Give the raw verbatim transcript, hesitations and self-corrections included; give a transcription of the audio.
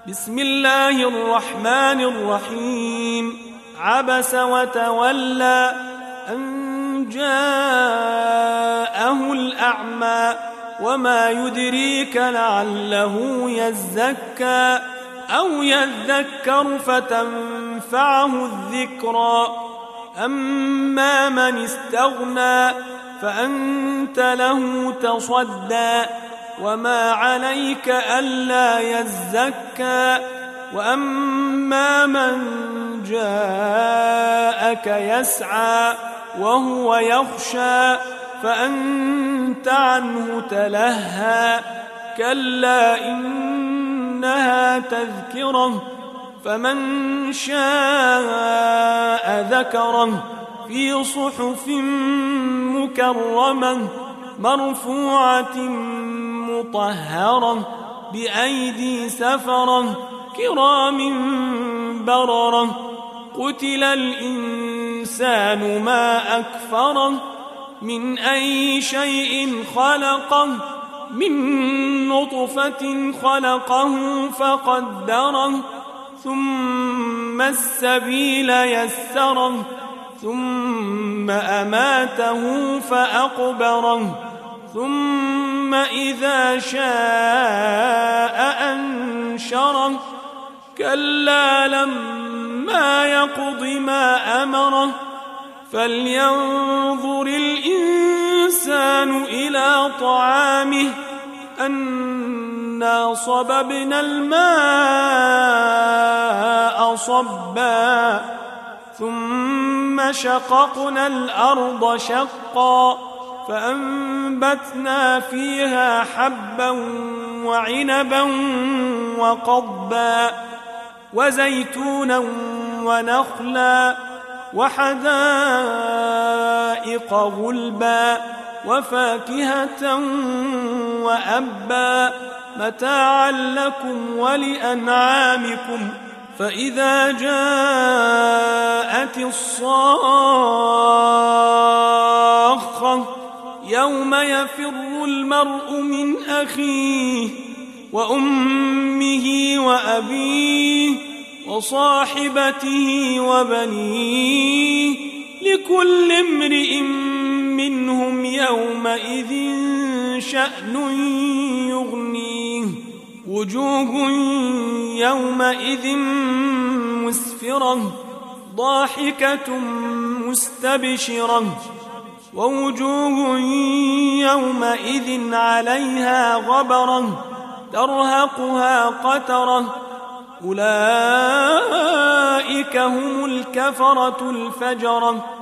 بسم الله الرحمن الرحيم. عبس وتولى أن جاءه الأعمى وما يدريك لعله يزكى أو يذكر فتنفعه الذكرى. أما من استغنى فأنت له تصدى وما عليك ألا يزكى. وأما من جاءك يسعى وهو يخشى فأنت عنه تلهى. كلا إنها تذكرة فمن شاء ذكره في صحف مكرمة مرفوعة مطهرة بأيدي سفرة كرام بررة. قتل الإنسان ما أكفره من أي شيء خلقه من نطفة خلقه فقدره ثم السبيل يسره ثم أماته فأقبره ثم إذا شاء أنشره. كلا لما يقض ما أمره فلينظر الإنسان إلى طعامه أنا صببنا الماء صبا ثم شققنا الأرض شقا فأنبتنا فيها حبا وعنبا وقضبا وزيتونا ونخلا وحدائق غلبا وفاكهة وأبا متاعا لكم ولأنعامكم. فإذا جاءت الصاخة يوم يفر المرء من أخيه وأمه وأبيه وصاحبته وبنيه لكل امرئ منهم يومئذ شأن يغنيه. وجوه يومئذ مسفرة ضاحكة مستبشرة ووجوه يومئذ عليها غبرة ترهقها قترة. أولئك هم الكفرة الفجرة